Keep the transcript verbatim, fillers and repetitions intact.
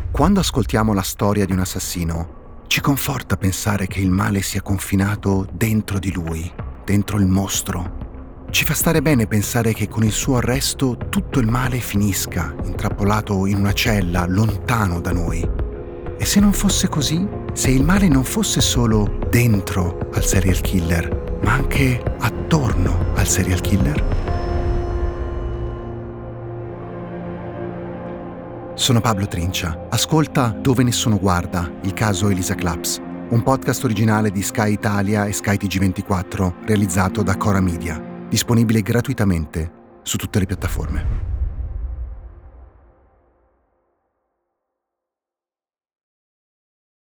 Quando ascoltiamo la storia di un assassino, ci conforta pensare che il male sia confinato dentro di lui, dentro il mostro. Ci fa stare bene pensare che con il suo arresto tutto il male finisca, intrappolato in una cella, lontano da noi. E se non fosse così? Se il male non fosse solo dentro al serial killer, ma anche attorno al serial killer? Sono Pablo Trincia. Ascolta Dove Nessuno Guarda, il caso Elisa Claps, un podcast originale di Sky Italia e Sky T G ventiquattro, realizzato da Cora Media, disponibile gratuitamente su tutte le piattaforme.